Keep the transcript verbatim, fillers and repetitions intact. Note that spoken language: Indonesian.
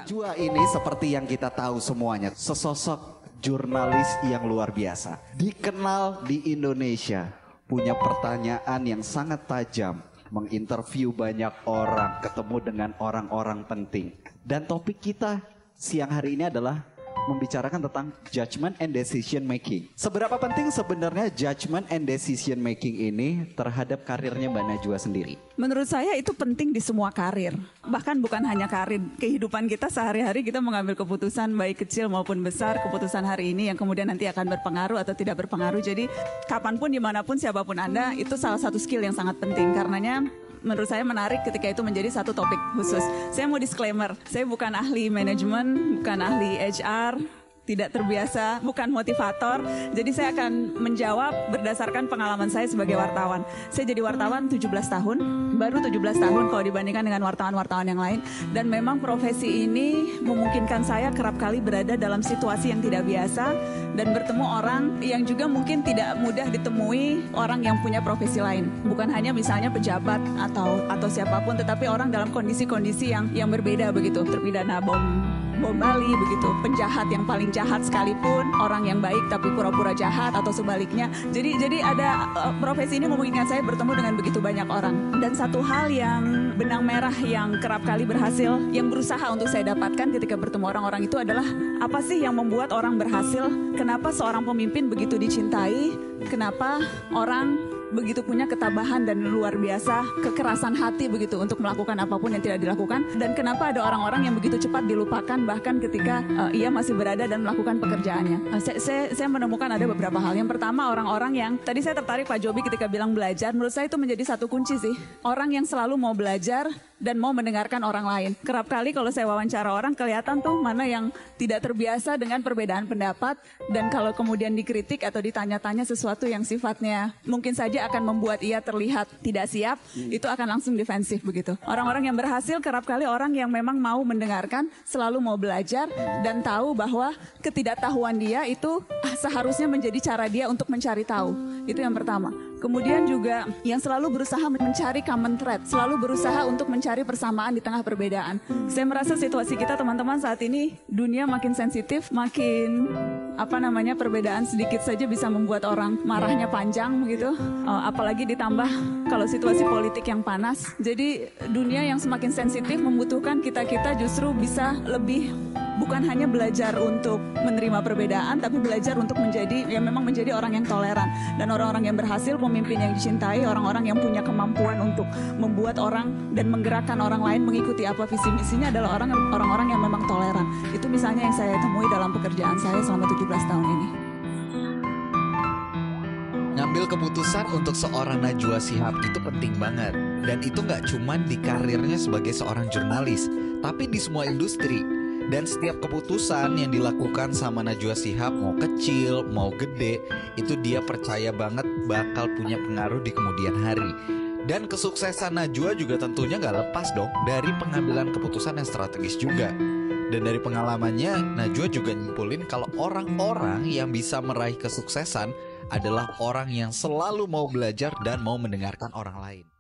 Najwa ini seperti yang kita tahu semuanya, sesosok jurnalis yang luar biasa. Dikenal di Indonesia, punya pertanyaan yang sangat tajam, menginterview banyak orang, ketemu dengan orang-orang penting. Dan topik kita siang hari ini adalah membicarakan tentang judgment and decision making. Seberapa penting sebenarnya judgment and decision making ini terhadap karirnya Mbak Najwa sendiri? Menurut saya itu penting di semua karir. Bahkan bukan hanya karir, kehidupan kita sehari-hari kita mengambil keputusan baik kecil maupun besar. Keputusan hari ini yang kemudian nanti akan berpengaruh atau tidak berpengaruh. Jadi kapanpun, dimanapun, siapapun Anda, itu salah satu skill yang sangat penting. Karenanya menurut saya menarik ketika itu menjadi satu topik khusus. Saya mau disclaimer, saya bukan ahli manajemen, bukan ahli H R, tidak terbiasa, bukan motivator. Jadi saya akan menjawab berdasarkan pengalaman saya sebagai wartawan. Saya jadi wartawan tujuh belas tahun, baru tujuh belas tahun kalau dibandingkan dengan wartawan-wartawan yang lain. Dan memang profesi ini memungkinkan saya kerap kali berada dalam situasi yang tidak biasa dan bertemu orang yang juga mungkin tidak mudah ditemui orang yang punya profesi lain. Bukan hanya misalnya pejabat atau atau siapapun, tetapi orang dalam kondisi-kondisi yang yang berbeda begitu. Terpidana bom bom Bali begitu, penjahat yang paling jahat sekalipun, orang yang baik tapi pura-pura jahat atau sebaliknya. Jadi jadi ada uh, profesi ini memungkinkan saya bertemu dengan begitu banyak orang. Dan satu hal yang benang merah yang kerap kali berhasil, yang berusaha untuk saya dapatkan ketika bertemu orang-orang itu adalah apa sih yang membuat orang berhasil? Kenapa seorang pemimpin begitu dicintai? Kenapa orang begitu punya ketabahan dan luar biasa kekerasan hati begitu untuk melakukan apapun yang tidak dilakukan, dan kenapa ada orang-orang yang begitu cepat dilupakan bahkan ketika uh, ia masih berada dan melakukan pekerjaannya. Uh, saya, saya, saya menemukan ada beberapa hal. Yang pertama, orang-orang yang tadi saya tertarik Pak Joby ketika bilang belajar. Menurut saya itu menjadi satu kunci sih. Orang yang selalu mau belajar dan mau mendengarkan orang lain. Kerap kali kalau saya wawancara orang, kelihatan tuh mana yang tidak terbiasa dengan perbedaan pendapat, dan kalau kemudian dikritik atau ditanya-tanya sesuatu yang sifatnya mungkin saja akan membuat ia terlihat tidak siap, hmm. itu akan langsung defensif begitu. Orang-orang yang berhasil kerap kali orang yang memang mau mendengarkan, selalu mau belajar, dan tahu bahwa ketidaktahuan dia itu seharusnya menjadi cara dia untuk mencari tahu. Itu yang pertama. Kemudian juga yang selalu berusaha mencari common thread, selalu berusaha untuk mencari persamaan di tengah perbedaan. Saya merasa situasi kita teman-teman saat ini, dunia makin sensitif, makin apa namanya perbedaan sedikit saja bisa membuat orang marahnya panjang begitu. Uh, apalagi ditambah kalau situasi politik yang panas. Jadi dunia yang semakin sensitif membutuhkan kita-kita justru bisa lebih, bukan hanya belajar untuk menerima perbedaan, tapi belajar untuk menjadi, ya memang menjadi orang yang toleran. Dan orang-orang yang berhasil, pemimpin yang dicintai, orang-orang yang punya kemampuan untuk membuat orang dan menggerakkan orang lain mengikuti apa visi misinya adalah orang orang-orang yang memang toleran. Itu misalnya yang saya temui dalam pekerjaan saya selama tujuh belas tahun ini. Ngambil keputusan untuk seorang Najwa Shihab itu penting banget. Dan itu gak cuma di karirnya sebagai seorang jurnalis, tapi di semua industri. Dan setiap keputusan yang dilakukan sama Najwa Shihab, mau kecil, mau gede, itu dia percaya banget bakal punya pengaruh di kemudian hari. Dan kesuksesan Najwa juga tentunya gak lepas dong dari pengambilan keputusan yang strategis juga. Dan dari pengalamannya, Najwa juga nyimpulin kalau orang-orang yang bisa meraih kesuksesan adalah orang yang selalu mau belajar dan mau mendengarkan orang lain.